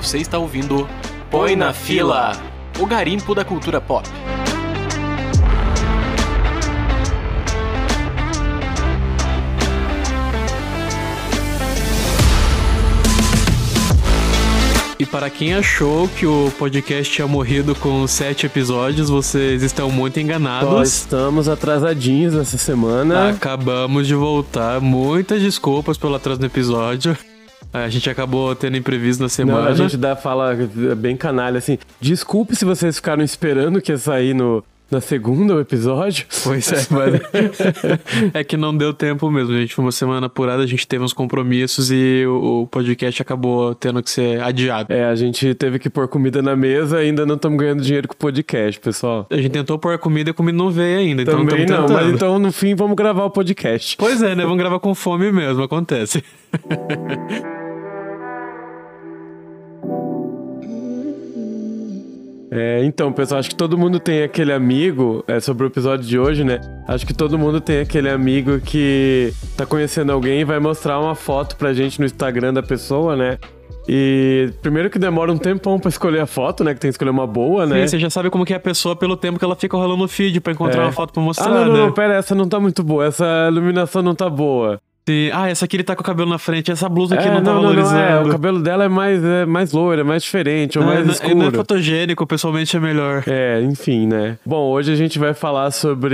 Você está ouvindo Põe na Fila, o garimpo da cultura pop. E para quem achou que o podcast tinha morrido com 7 episódios, vocês estão muito enganados. Nós estamos atrasadinhos nessa semana. Acabamos de voltar. Muitas desculpas pelo atraso no episódio. A gente acabou tendo imprevisto na semana. Não, a gente fala bem canalha assim. Desculpe se vocês ficaram esperando que ia sair na segunda o episódio. Pois é, mas é que não deu tempo mesmo, gente. Foi uma semana apurada, a gente teve uns compromissos e o podcast acabou tendo que ser adiado. A gente teve que pôr comida na mesa e ainda não estamos ganhando dinheiro com o podcast, pessoal. A gente tentou pôr comida e a comida não veio ainda, então também não, mas então no fim vamos gravar o podcast. Pois é, né? Vamos gravar com fome mesmo, acontece. Então, pessoal, acho que todo mundo tem aquele amigo, sobre o episódio de hoje, né? Acho que todo mundo tem aquele amigo que tá conhecendo alguém e vai mostrar uma foto pra gente no Instagram da pessoa, né? E primeiro que demora um tempão pra escolher a foto, né? Que tem que escolher uma boa, né? Sim, você já sabe como que é a pessoa pelo tempo que ela fica rolando no feed pra encontrar uma foto pra mostrar, não, pera, essa não tá muito boa, essa iluminação não tá boa. Sim. Essa aqui ele tá com o cabelo na frente, essa blusa aqui não tá valorizando. O cabelo dela é mais loiro, é mais diferente, ou mais escuro. Não é fotogênico, pessoalmente é melhor. Enfim, né? Bom, hoje a gente vai falar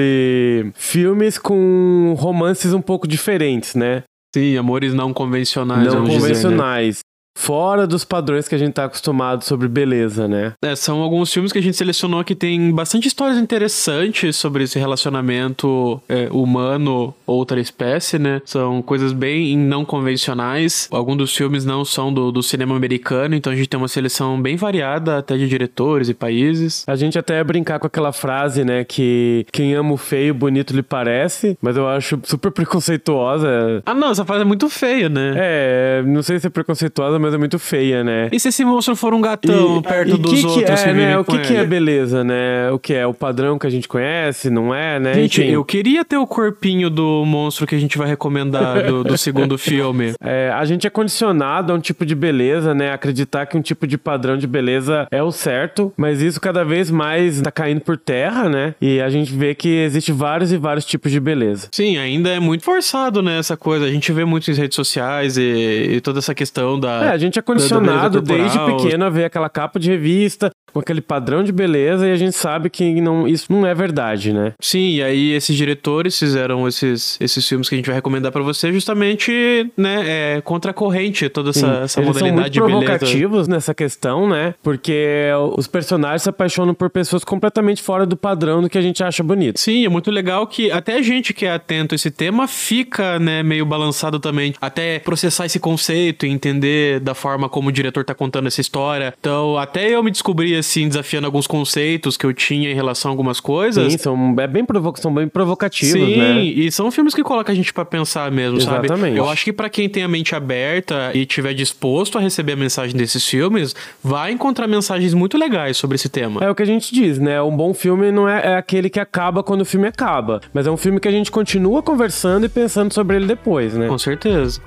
sobre filmes com romances um pouco diferentes, né? Sim, amores não convencionais. Não convencionais. Dizer, né? Fora dos padrões que a gente tá acostumado sobre beleza, né? São alguns filmes que a gente selecionou que tem bastante histórias interessantes sobre esse relacionamento humano-outra espécie, né? São coisas bem não convencionais. Alguns dos filmes não são do cinema americano, então a gente tem uma seleção bem variada, até de diretores e países. A gente até ia brincar com aquela frase, né? Que quem ama o feio, bonito lhe parece, mas eu acho super preconceituosa. Não, essa frase é muito feia, né? Não sei se é preconceituosa, mas é muito feia, né? E se esse monstro for um gatão perto dos outros? O que é beleza, né? O que é? O padrão que a gente conhece, não é, né? Gente, eu queria ter o corpinho do monstro que a gente vai recomendar do segundo filme. A gente é condicionado a um tipo de beleza, né? Acreditar que um tipo de padrão de beleza é o certo, mas isso cada vez mais tá caindo por terra, né? E a gente vê que existe vários e vários tipos de beleza. Sim, ainda é muito forçado, né? Essa coisa. A gente vê muito nas redes sociais e toda essa questão da... A gente é condicionado desde pequeno a ver aquela capa de revista com aquele padrão de beleza e a gente sabe que isso não é verdade, né? Sim, e aí esses diretores fizeram esses filmes que a gente vai recomendar pra você justamente, né, contra a corrente, toda essa modalidade de beleza. Eles são muito provocativos nessa questão, né? Porque os personagens se apaixonam por pessoas completamente fora do padrão do que a gente acha bonito. Sim, é muito legal que até a gente que é atento a esse tema fica, né, meio balançado também, até processar esse conceito e entender da forma como o diretor tá contando essa história. Então, até eu me descobri assim, desafiando alguns conceitos que eu tinha em relação a algumas coisas. Sim, são bem provocativos, sim, né? Sim, e são filmes que colocam a gente pra pensar mesmo, Exatamente. Sabe? Eu acho que pra quem tem a mente aberta e tiver disposto a receber a mensagem desses filmes, vai encontrar mensagens muito legais sobre esse tema. É o que a gente diz, né? Um bom filme não é aquele que acaba quando o filme acaba, mas é um filme que a gente continua conversando e pensando sobre ele depois, né? Com certeza.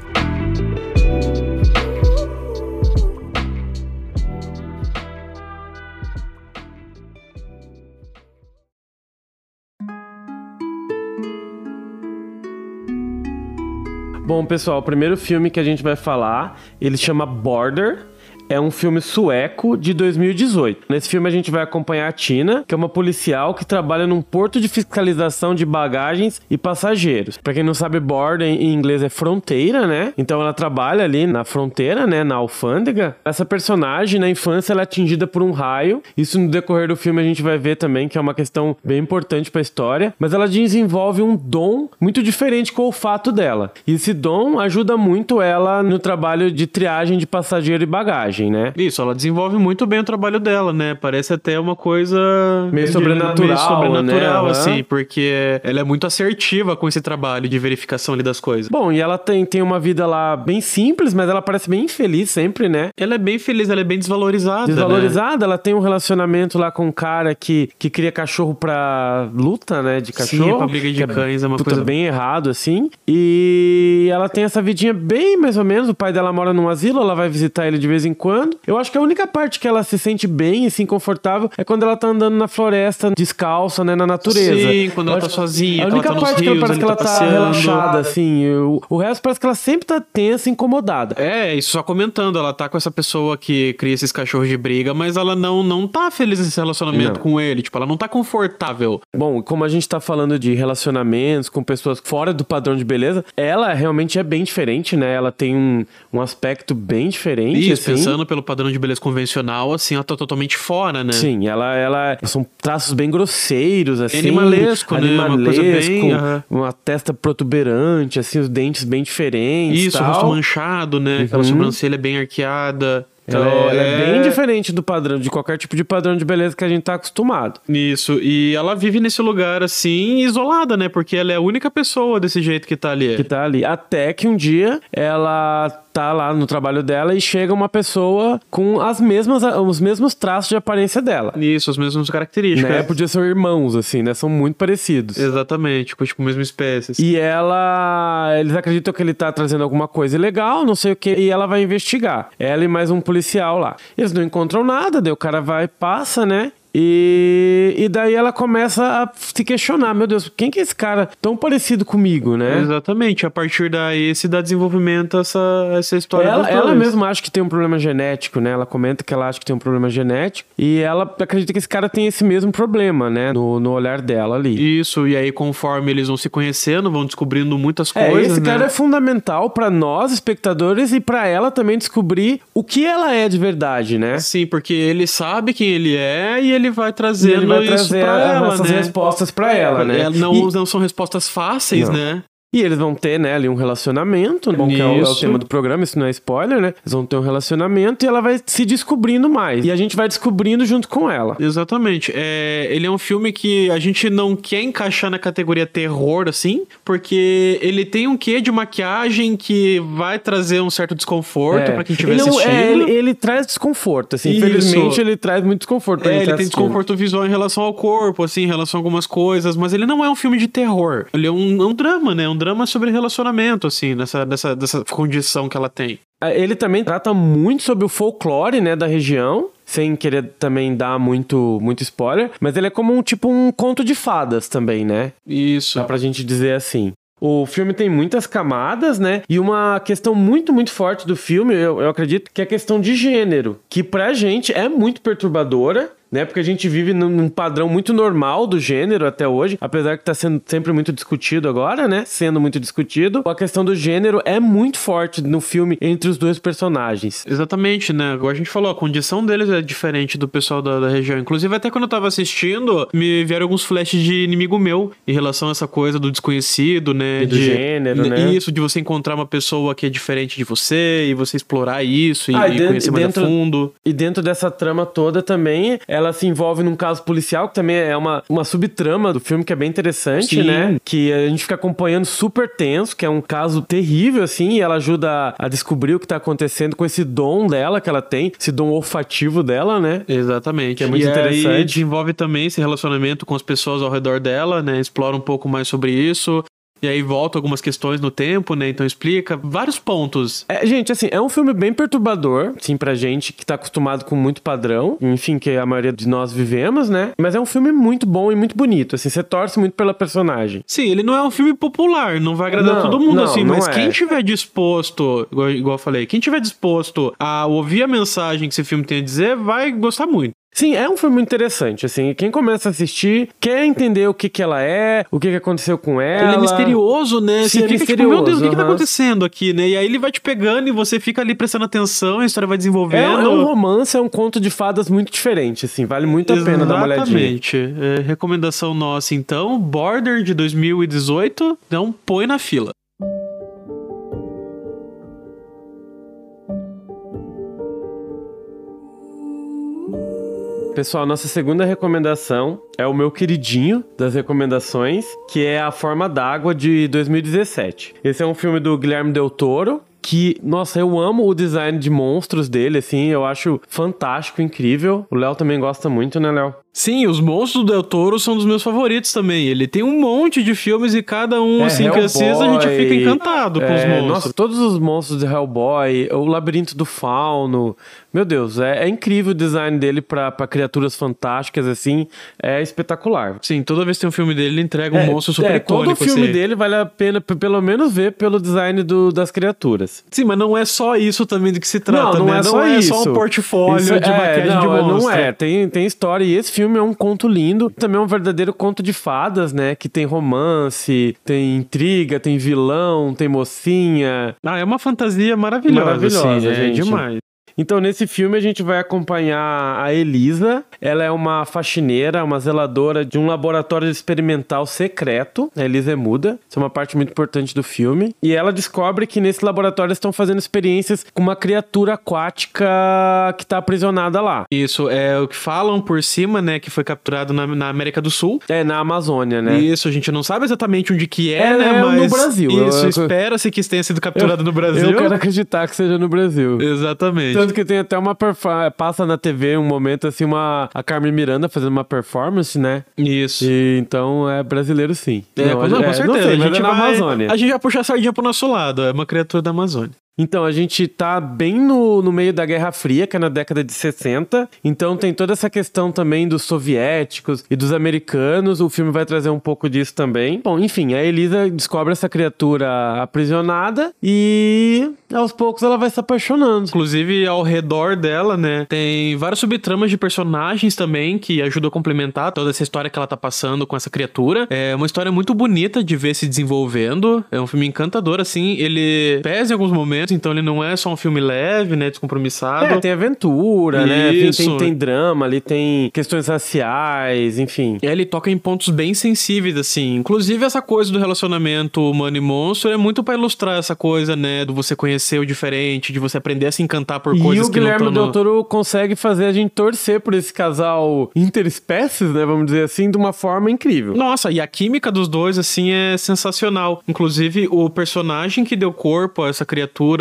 Bom, pessoal, o primeiro filme que a gente vai falar, ele chama Border. É um filme sueco de 2018. Nesse filme a gente vai acompanhar a Tina, que é uma policial que trabalha num porto de fiscalização de bagagens e passageiros. Pra quem não sabe, border em inglês é fronteira, né? Então ela trabalha ali na fronteira, né? Na alfândega. Essa personagem, na infância, ela é atingida por um raio. Isso no decorrer do filme a gente vai ver também, que é uma questão bem importante pra história. Mas ela desenvolve um dom muito diferente com o olfato dela. E esse dom ajuda muito ela no trabalho de triagem de passageiro e bagagem. Né? Isso, ela desenvolve muito bem o trabalho dela, né? Parece até uma coisa meio sobrenatural, né? Assim, porque ela é muito assertiva com esse trabalho de verificação ali das coisas. Bom, e ela tem uma vida lá bem simples, mas ela parece bem infeliz sempre, né? Ela é bem feliz, ela é bem desvalorizada. Desvalorizada, né? Ela tem um relacionamento lá com um cara que cria cachorro pra luta, né? De cachorro. Sim, pra briga de cães, é uma coisa bem errado, assim. E ela tem essa vidinha bem mais ou menos. O pai dela mora num asilo, ela vai visitar ele de vez em quando. Eu acho que a única parte que ela se sente bem, assim, confortável, é quando ela tá andando na floresta, descalça, né, na natureza. Sim, quando ela tá sozinha, a única ela tá parte nos que rios, parece que ela tá passeando. relaxada, assim. O resto parece que ela sempre tá tensa, incomodada. Isso só comentando, ela tá com essa pessoa que cria esses cachorros de briga, mas ela não tá feliz nesse relacionamento com ele, tipo, ela não tá confortável. Bom, como a gente tá falando de relacionamentos com pessoas fora do padrão de beleza, ela realmente é bem diferente, né? Ela tem um aspecto bem diferente, Isso, assim. pensando pelo padrão de beleza convencional, assim, ela tá totalmente fora, né? Sim, ela são traços bem grosseiros, assim. Animalesco, né? Uma coisa bem... Uma testa protuberante, assim, os dentes bem diferentes. Isso, o rosto manchado, né? Aquela sobrancelha bem arqueada. Então, ela é bem diferente do padrão, de qualquer tipo de padrão de beleza que a gente tá acostumado. Isso, e ela vive nesse lugar, assim, isolada, né? Porque ela é a única pessoa desse jeito que tá ali. Que tá ali. Até que um dia ela tá lá no trabalho dela e chega uma pessoa com os mesmos traços de aparência dela. Isso, as mesmas características. Né? Podia ser irmãos, assim, né? São muito parecidos. Exatamente, tipo, mesma espécie. E eles acreditam que ele tá trazendo alguma coisa ilegal, não sei o que, e ela vai investigar. Ela e mais um policial lá. Eles não encontram nada, daí o cara vai e passa, né? E daí ela começa a se questionar, meu Deus, quem que é esse cara tão parecido comigo, né? Exatamente, a partir daí se dá desenvolvimento essa história dos dois. Ela mesma acha que tem um problema genético, né? Ela comenta que ela acha que tem um problema genético e ela acredita que esse cara tem esse mesmo problema, né? No olhar dela ali. Isso, e aí conforme eles vão se conhecendo, vão descobrindo muitas coisas, esse né? cara é fundamental pra nós, espectadores, e pra ela também descobrir o que ela é de verdade, né? Sim, porque ele sabe quem ele é e ele vai trazendo isso pra ela, essas né? respostas pra ela, né? Não são respostas fáceis, né? E eles vão ter, né, ali um relacionamento, bom, que é o tema do programa, isso não é spoiler, né? Eles vão ter um relacionamento e ela vai se descobrindo mais. E a gente vai descobrindo junto com ela. Exatamente. Ele é um filme que a gente não quer encaixar na categoria terror, assim, porque ele tem um quê de maquiagem que vai trazer um certo desconforto pra quem estiver assistindo. Ele traz desconforto, assim. Infelizmente, ele traz muito desconforto. Ele tem desconforto visual em relação ao corpo, assim, em relação a algumas coisas, mas ele não é um filme de terror. Ele é um drama, né? Um drama sobre relacionamento, assim, dessa condição que ela tem. Ele também trata muito sobre o folclore, né, da região, sem querer também dar muito spoiler, mas ele é como um conto de fadas também, né? Isso. Dá pra gente dizer assim. O filme tem muitas camadas, né? E uma questão muito, muito forte do filme, eu acredito, que é a questão de gênero, que pra gente é muito perturbadora, né? Porque a gente vive num padrão muito normal do gênero até hoje, apesar que tá sendo sempre muito discutido agora, né? Sendo muito discutido. A questão do gênero é muito forte no filme entre os dois personagens. Exatamente, né? Igual a gente falou, a condição deles é diferente do pessoal da região. Inclusive, até quando eu tava assistindo, me vieram alguns flashes de inimigo meu em relação a essa coisa do desconhecido, né? E do gênero, né? Isso, de você encontrar uma pessoa que é diferente de você e você explorar isso e conhecer mais a fundo. E dentro dessa trama toda também, ela se envolve num caso policial, que também é uma subtrama do filme que é bem interessante, Sim. né? Que a gente fica acompanhando super tenso, que é um caso terrível, assim, e ela ajuda a descobrir o que tá acontecendo com esse dom dela que ela tem, esse dom olfativo dela, né? Exatamente. Que é muito interessante. Aí desenvolve também esse relacionamento com as pessoas ao redor dela, né? Explora um pouco mais sobre isso. E aí volta algumas questões no tempo, né? Então explica vários pontos. Gente, assim, é um filme bem perturbador, sim, pra gente que tá acostumado com muito padrão, enfim, que a maioria de nós vivemos, né? Mas é um filme muito bom e muito bonito, assim, você torce muito pela personagem. Sim, ele não é um filme popular, não vai agradar todo mundo, assim, mas quem tiver disposto, igual eu falei, quem tiver disposto a ouvir a mensagem que esse filme tem a dizer, vai gostar muito. Sim, é um filme muito interessante, assim, quem começa a assistir quer entender o que ela é, o que aconteceu com ela. Ele é misterioso, né? Sim, você fica misterioso, tipo, meu Deus, o que tá acontecendo aqui, né? E aí ele vai te pegando e você fica ali prestando atenção, a história vai desenvolvendo. É um romance, é um conto de fadas muito diferente, assim, vale muito a pena dar uma olhadinha. Exatamente. Recomendação nossa, então, Border de 2018, então põe na fila. Pessoal, nossa segunda recomendação é o meu queridinho das recomendações, que é A Forma d'Água, de 2017. Esse é um filme do Guilherme Del Toro, que, nossa, eu amo o design de monstros dele, assim, eu acho fantástico, incrível. O Léo também gosta muito, né, Léo? Sim, os monstros do Del Toro são dos meus favoritos também. Ele tem um monte de filmes e cada um, assim, que assista, a gente fica encantado com os monstros. Nossa, todos os monstros de Hellboy, o Labirinto do Fauno, meu Deus, é incrível o design dele pra criaturas fantásticas, assim, é espetacular. Sim, toda vez que tem um filme dele, ele entrega um monstro super icônico. Todo filme dele vale a pena, pelo menos, ver pelo design das criaturas. Sim, mas não é só isso também do que se trata, não né? Não é só um portfólio de maquiagem de monstro. Não é, tem história, e esse filme é um conto lindo, também é um verdadeiro conto de fadas, né, que tem romance, tem intriga, tem vilão, tem mocinha. É uma fantasia maravilhosa, assim, gente. É demais. Então, nesse filme, a gente vai acompanhar a Elisa. Ela é uma faxineira, uma zeladora de um laboratório experimental secreto. A Elisa é muda. Isso é uma parte muito importante do filme. E ela descobre que nesse laboratório estão fazendo experiências com uma criatura aquática que está aprisionada lá. Isso, é o que falam por cima, né? Que foi capturado na América do Sul. Na Amazônia, né? Isso, a gente não sabe exatamente onde que né? Mas no Brasil. Isso, espera-se que tenha sido capturado no Brasil. Eu quero acreditar que seja no Brasil. Exatamente. Tanto que tem até passa na TV um momento assim, a Carmen Miranda fazendo uma performance, né? Isso. E, então é brasileiro sim. Com certeza. Não sei, a gente na Amazônia. A gente vai puxar a sardinha pro nosso lado. É uma criatura da Amazônia. Então, a gente tá bem no meio da Guerra Fria, que é na década de 60. Então, tem toda essa questão também dos soviéticos e dos americanos. O filme vai trazer um pouco disso também. Bom, enfim, a Elisa descobre essa criatura aprisionada e, aos poucos, ela vai se apaixonando. Inclusive, ao redor dela, né, tem várias subtramas de personagens também que ajudam a complementar toda essa história que ela tá passando com essa criatura. É uma história muito bonita de ver se desenvolvendo. É um filme encantador, assim. Ele pesa em alguns momentos, então ele não é só um filme leve, né, descompromissado. Tem aventura, né? Isso. Tem drama ali, tem questões raciais, enfim. Ele toca em pontos bem sensíveis, assim. Inclusive, essa coisa do relacionamento humano e monstro é muito pra ilustrar essa coisa, né, do você conhecer o diferente, de você aprender a se encantar por coisas que não estão... E o Guilherme Del Toro consegue fazer a gente torcer por esse casal interespécies, né, vamos dizer assim, de uma forma incrível. Nossa, e a química dos dois, assim, é sensacional. Inclusive, o personagem que deu corpo a essa criatura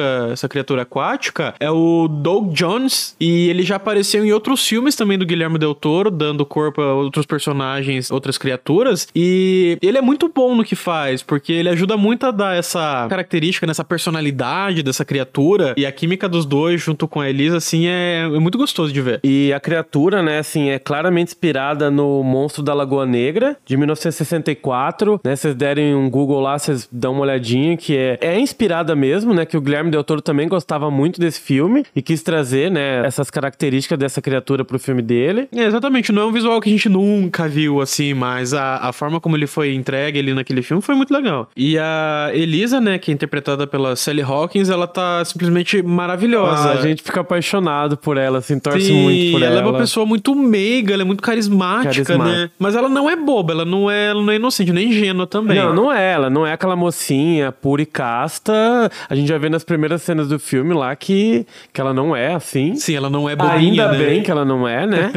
aquática é o Doug Jones, e ele já apareceu em outros filmes também do Guilherme Del Toro, dando corpo a outros personagens, outras criaturas, e ele é muito bom no que faz, porque ele ajuda muito a dar essa característica, nessa personalidade dessa criatura, e a química dos dois junto com a Elisa, assim, é muito gostoso de ver. E a criatura, né, assim, é claramente inspirada no Monstro da Lagoa Negra, de 1964, né, vocês derem um Google lá, vocês dão uma olhadinha, que é inspirada mesmo, né, que o Guilherme Del Toro também gostava muito desse filme e quis trazer, né, essas características dessa criatura pro filme dele. Exatamente, não é um visual que a gente nunca viu, assim, mas a forma como ele foi entregue ali naquele filme foi muito legal. E a Elisa, né, que é interpretada pela Sally Hawkins, ela tá simplesmente maravilhosa. A gente fica apaixonado por ela, assim, torce muito por ela. Ela é uma pessoa muito meiga, ela é muito carismática, né? Mas ela não é boba, ela não é inocente, nem ingênua também. Não é, ela não é aquela mocinha pura e casta. A gente já vê nas primeiras cenas do filme lá que ela não é assim. Sim, ela não é bobinha, ainda né? bem que ela não é, né?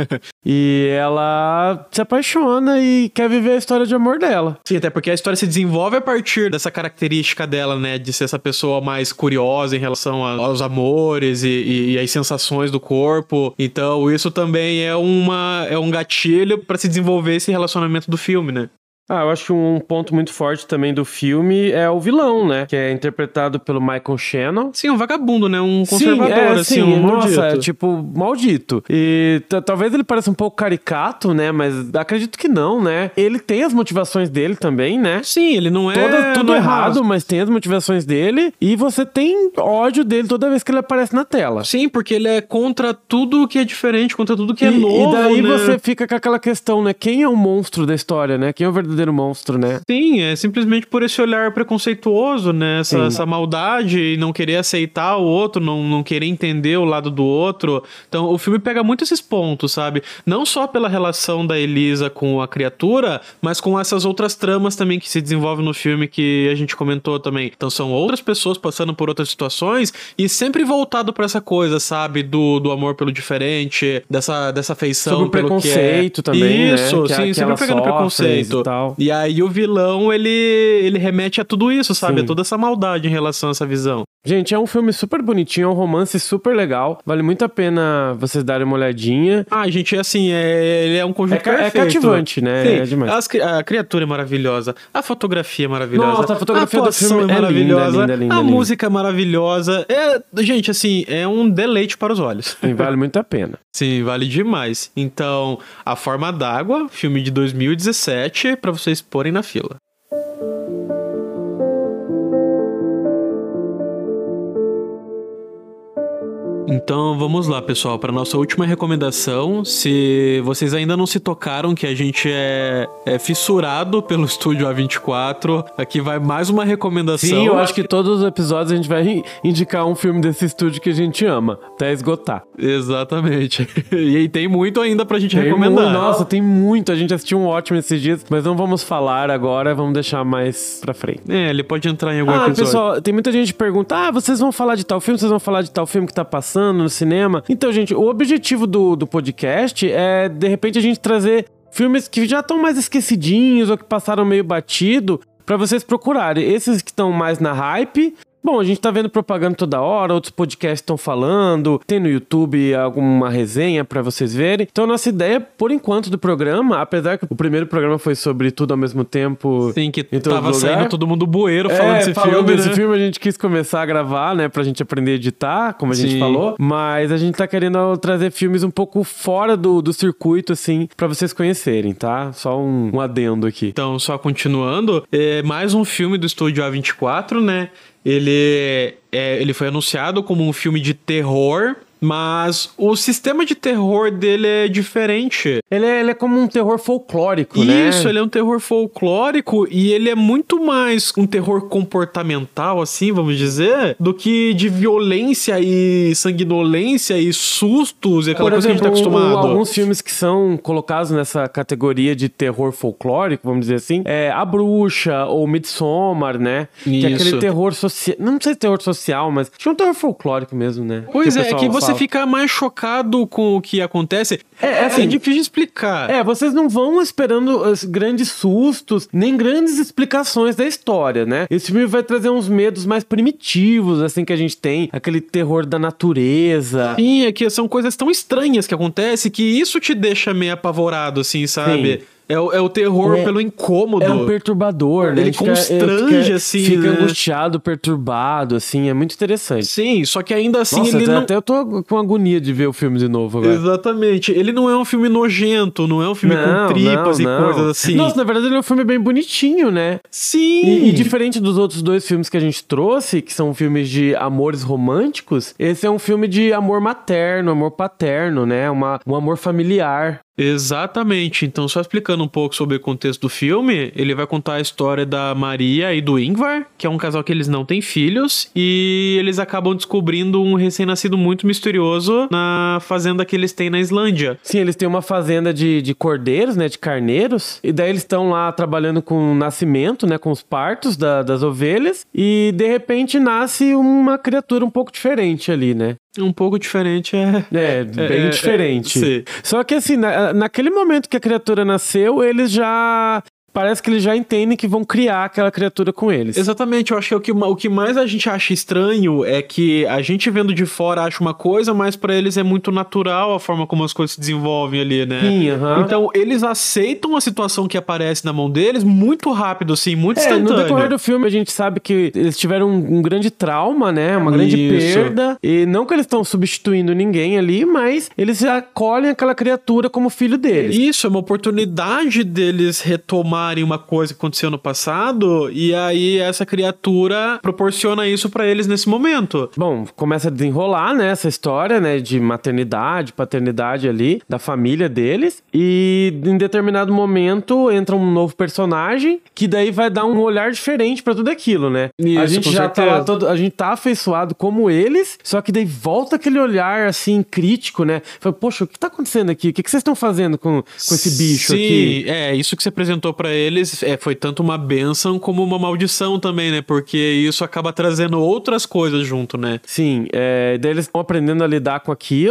E ela se apaixona e quer viver a história de amor dela. Sim, até porque a história se desenvolve a partir dessa característica dela, né? De ser essa pessoa mais curiosa em relação aos amores e às sensações do corpo. Então, isso também é um gatilho pra se desenvolver esse relacionamento do filme, né? Eu acho que um ponto muito forte também do filme é o vilão, né? Que é interpretado pelo Michael Shannon. Sim, um vagabundo, né? Um conservador, assim, um maldito. Nossa, tipo, maldito. E talvez ele pareça um pouco caricato, né? Mas acredito que não, né? Ele tem as motivações dele também, né? Sim, ele não é... Tudo errado, mas tem as motivações dele. E você tem ódio dele toda vez que ele aparece na tela. Sim, porque ele é contra tudo que é diferente, contra tudo que é novo, e daí né? você fica com aquela questão, né? Quem é o monstro da história, né? Quem é o verdadeiro monstro, né? Sim, é simplesmente por esse olhar preconceituoso, né? Essa maldade e não querer aceitar o outro, não querer entender o lado do outro. Então, o filme pega muito esses pontos, sabe? Não só pela relação da Elisa com a criatura, mas com essas outras tramas também que se desenvolvem no filme que a gente comentou também. Então, são outras pessoas passando por outras situações e sempre voltado pra essa coisa, sabe? Do amor pelo diferente, dessa afeição sobre o pelo preconceito que é. Também, isso, né? sim, sempre pegando preconceito. legal. E aí o vilão, ele remete a tudo isso, sabe? Sim. A toda essa maldade em relação a essa visão. Gente, é um filme super bonitinho, é um romance super legal. Vale muito a pena vocês darem uma olhadinha. Ah, gente, assim, ele é um conjunto perfeito. É cativante, né? Sim, É demais. a criatura é maravilhosa, a fotografia é maravilhosa. Nossa, a fotografia do atuação filme é é maravilhosa, linda, a linda. música é maravilhosa. Gente, assim, é um deleite para os olhos. Sim, vale muito a pena. Sim, vale demais. Então, A Forma d'Água, filme de 2017, para vocês porem na fila. Então vamos lá, pessoal, para nossa última recomendação. Se vocês ainda não se tocaram que a gente é fissurado pelo Estúdio A24, aqui vai mais uma recomendação. Sim, eu acho que todos os episódios a gente vai indicar um filme desse estúdio que a gente ama, até esgotar. Exatamente. E tem muito ainda pra gente recomendar. Nossa, tem muito. A gente assistiu um ótimo esses dias, mas não vamos falar agora, vamos deixar mais pra frente. Ele pode entrar em algum episódio. Pessoal, tem muita gente que pergunta, vocês vão falar de tal filme, vocês vão falar de tal filme que tá passando no cinema. Então, gente, o objetivo do podcast é, de repente, a gente trazer filmes que já estão mais esquecidinhos ou que passaram meio batido pra vocês procurarem. Esses que estão mais na hype... Bom, a gente tá vendo propaganda toda hora, outros podcasts estão falando, tem no YouTube alguma resenha pra vocês verem. Então, nossa ideia, por enquanto, do programa, apesar que o primeiro programa foi sobre tudo ao mesmo tempo... Sim, que tava saindo todo mundo bueiro falando desse falando filme, desse né? filme, a gente quis começar a gravar, né, pra gente aprender a editar, como a gente falou. Mas a gente tá querendo trazer filmes um pouco fora do circuito, assim, pra vocês conhecerem, tá? Só um adendo aqui. Então, só continuando, mais um filme do Estúdio A24, né? Ele foi anunciado como um filme de terror, mas o sistema de terror dele é diferente. Ele é como um terror folclórico, né? Isso, ele é um terror folclórico e ele é muito mais um terror comportamental, assim, vamos dizer, do que de violência e sanguinolência e sustos e aquela coisa que a gente tá acostumado. Alguns filmes que são colocados nessa categoria de terror folclórico, vamos dizer assim, é A Bruxa ou Midsommar, né? Isso. Que é aquele terror social... Não sei se terror social, mas acho que é um terror folclórico mesmo, né? Pois é que você fica mais chocado com o que acontece. Assim, é difícil de explicar. Vocês não vão esperando grandes sustos, nem grandes explicações da história, né? Esse filme vai trazer uns medos mais primitivos, assim, que a gente tem. Aquele terror da natureza. Sim, é que são coisas tão estranhas que acontecem que isso te deixa meio apavorado, assim, sabe? Sim. É o terror pelo incômodo. É um perturbador, né? Ele constrange, assim, fica né? angustiado, perturbado, assim, é muito interessante. Sim, só que ainda assim Nossa, ele não... até eu tô com agonia de ver o filme de novo agora. Exatamente. Ele não é um filme nojento, não é um filme com tripas e coisas assim. Nossa, na verdade ele é um filme bem bonitinho, né? Sim! E diferente dos outros dois filmes que a gente trouxe, que são filmes de amores românticos, esse é um filme de amor materno, amor paterno, né? Um amor familiar. Exatamente. Então, só explicando um pouco sobre o contexto do filme, ele vai contar a história da Maria e do Ingvar, que é um casal que eles não têm filhos, e eles acabam descobrindo um recém-nascido muito misterioso na fazenda que eles têm na Islândia. Sim, eles têm uma fazenda de cordeiros, né, de carneiros, e daí eles estão lá trabalhando com o nascimento, né, com os partos das ovelhas, e de repente nasce uma criatura um pouco diferente ali, né? Um pouco diferente bem diferente. Sim. Só que assim, naquele momento que a criatura nasceu, eles já... Parece que eles já entendem que vão criar aquela criatura com eles. Exatamente, eu acho que o que mais a gente acha estranho é que a gente vendo de fora acha uma coisa, mas pra eles é muito natural a forma como as coisas se desenvolvem ali, né? Sim, Então eles aceitam a situação que aparece na mão deles muito rápido, assim, muito instantâneo. No decorrer do filme a gente sabe que eles tiveram um grande trauma, né? Uma grande perda. E não que eles estão substituindo ninguém ali, mas eles acolhem aquela criatura como filho deles. Isso, é uma oportunidade deles retomarem uma coisa que aconteceu no passado, e aí essa criatura proporciona isso pra eles nesse momento. Bom, começa a desenrolar, né, essa história, né, de maternidade, paternidade ali, da família deles, e em determinado momento entra um novo personagem, que daí vai dar um olhar diferente pra tudo aquilo, né? Isso, a gente já certeza. tá lá a gente tá afeiçoado como eles, só que daí volta aquele olhar, assim, crítico, né? Fala, poxa, o que tá acontecendo aqui? O que vocês estão fazendo com esse bicho aqui? Sim, isso que você apresentou pra eles foi tanto uma bênção como uma maldição também, né? Porque isso acaba trazendo outras coisas junto, né? Sim, daí eles estão aprendendo a lidar com aquilo.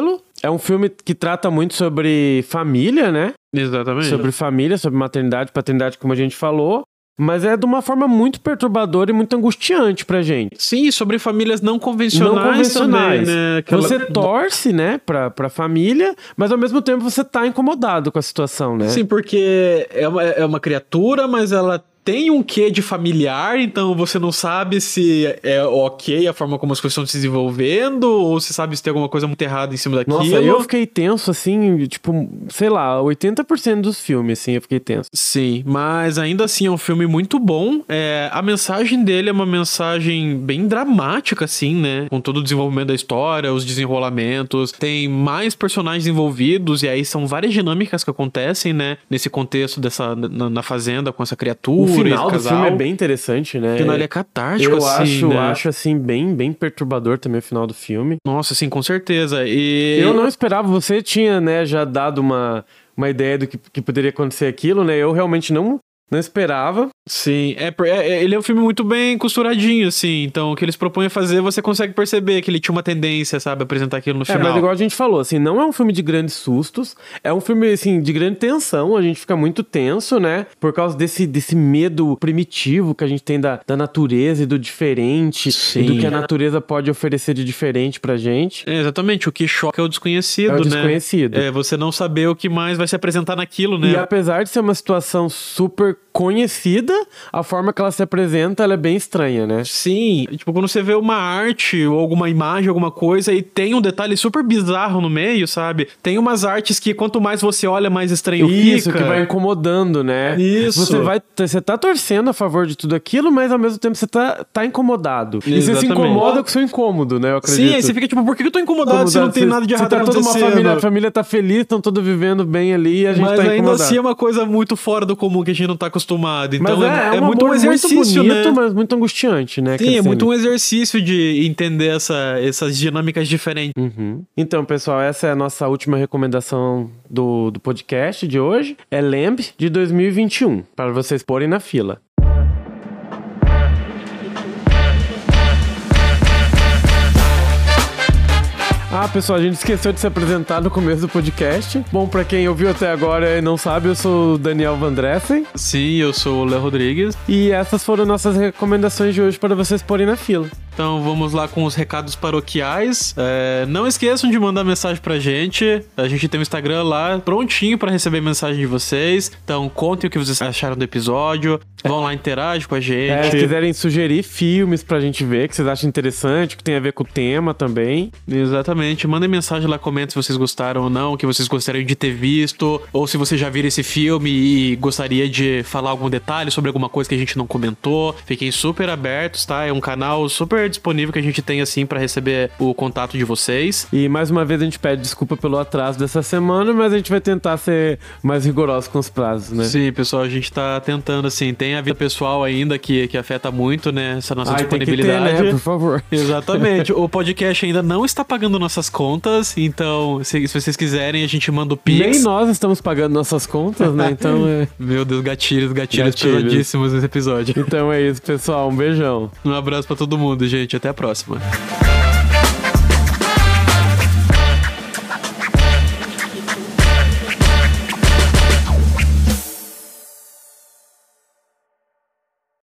É um filme que trata muito sobre família, né? Exatamente. Sobre família, sobre maternidade, paternidade, como a gente falou. Mas é de uma forma muito perturbadora e muito angustiante pra gente. Sim, sobre famílias não convencionais também, né? Você torce, né, pra família, mas ao mesmo tempo você tá incomodado com a situação, né? Sim, porque é uma criatura, mas ela tem um quê de familiar, então você não sabe se é ok a forma como as coisas estão se desenvolvendo, ou se sabe se tem alguma coisa muito errada em cima daquilo. Nossa, eu fiquei tenso, assim, tipo, sei lá, 80% dos filmes, assim, eu fiquei tenso. Sim, mas ainda assim é um filme muito bom. A mensagem dele é uma mensagem bem dramática, assim, né? Com todo o desenvolvimento da história, os desenrolamentos, tem mais personagens envolvidos, e aí são várias dinâmicas que acontecem, né? Nesse contexto na fazenda com essa criatura. O final do filme é bem interessante, né? O final ele é catártico, Eu acho assim, bem perturbador também o final do filme. Nossa, sim, com certeza. E eu não esperava, você tinha, né, já dado uma ideia do que poderia acontecer aquilo, né? Eu realmente não esperava. Sim, ele é um filme muito bem costuradinho, assim. Então, o que eles propõem fazer, você consegue perceber que ele tinha uma tendência, sabe, a apresentar aquilo no final. Mas igual a gente falou, assim, não é um filme de grandes sustos, é um filme, assim, de grande tensão, a gente fica muito tenso, né, por causa desse medo primitivo que a gente tem da natureza e do diferente, sim, e do que a natureza pode oferecer de diferente pra gente. Exatamente, o que choca é o desconhecido, né? É o desconhecido. Você não saber o que mais vai se apresentar naquilo, né? E apesar de ser uma situação super conhecida, a forma que ela se apresenta, ela é bem estranha, né? Sim, tipo, quando você vê uma arte ou alguma imagem, alguma coisa, e tem um detalhe super bizarro no meio, sabe? Tem umas artes que quanto mais você olha, mais estranho fica. Isso, que vai incomodando, né? Isso. Você tá torcendo a favor de tudo aquilo, mas ao mesmo tempo você tá incomodado. Exatamente. E você se incomoda com o seu incômodo, né? Eu acredito. Sim, aí você fica tipo, por que eu tô incomodado se não tem nada de errado acontecendo? Você tá toda uma família, a família tá feliz, estão todos vivendo bem ali e a gente tá incomodado. Mas ainda assim é uma coisa muito fora do comum que a gente não tá acostumado. Então mas é muito um exercício, muito bonito, né? mas muito angustiante, né? Sim, é muito um exercício de entender essas dinâmicas diferentes. Uhum. Então, pessoal, essa é a nossa última recomendação do podcast de hoje. É Lamb, de 2021, para vocês porem na fila. Ah, pessoal, a gente esqueceu de se apresentar no começo do podcast. Bom, pra quem ouviu até agora e não sabe, eu sou o Daniel Van Dressen. Sim, eu sou o Léo Rodrigues. E essas foram nossas recomendações de hoje para vocês porem na fila. Então vamos lá com os recados paroquiais. Não esqueçam de mandar mensagem pra gente. A gente tem o Instagram lá prontinho pra receber mensagem de vocês. Então contem o que vocês acharam do episódio. Vão lá, interagem com a gente. Se quiserem sugerir filmes pra gente ver, que vocês acham interessante, que tem a ver com o tema também. Exatamente. Mandem mensagem lá, comentem se vocês gostaram ou não, o que vocês gostariam de ter visto, ou se você já viram esse filme e gostaria de falar algum detalhe sobre alguma coisa que a gente não comentou. Fiquem super abertos, tá? É um canal super disponível que a gente tem, assim, pra receber o contato de vocês. E mais uma vez a gente pede desculpa pelo atraso dessa semana, mas a gente vai tentar ser mais rigoroso com os prazos, né? Sim, pessoal, a gente tá tentando, assim, tem a vida pessoal ainda que afeta muito, né, essa nossa disponibilidade. Tem que ter, né? Por favor. Exatamente. O podcast ainda não está pagando nossas contas, então se vocês quiserem, a gente manda o Pix. Nem nós estamos pagando nossas contas, né? Então Meu Deus, gatilhos pesadíssimos nesse episódio. Então é isso, pessoal. Um beijão. Um abraço pra todo mundo, gente. Até a próxima.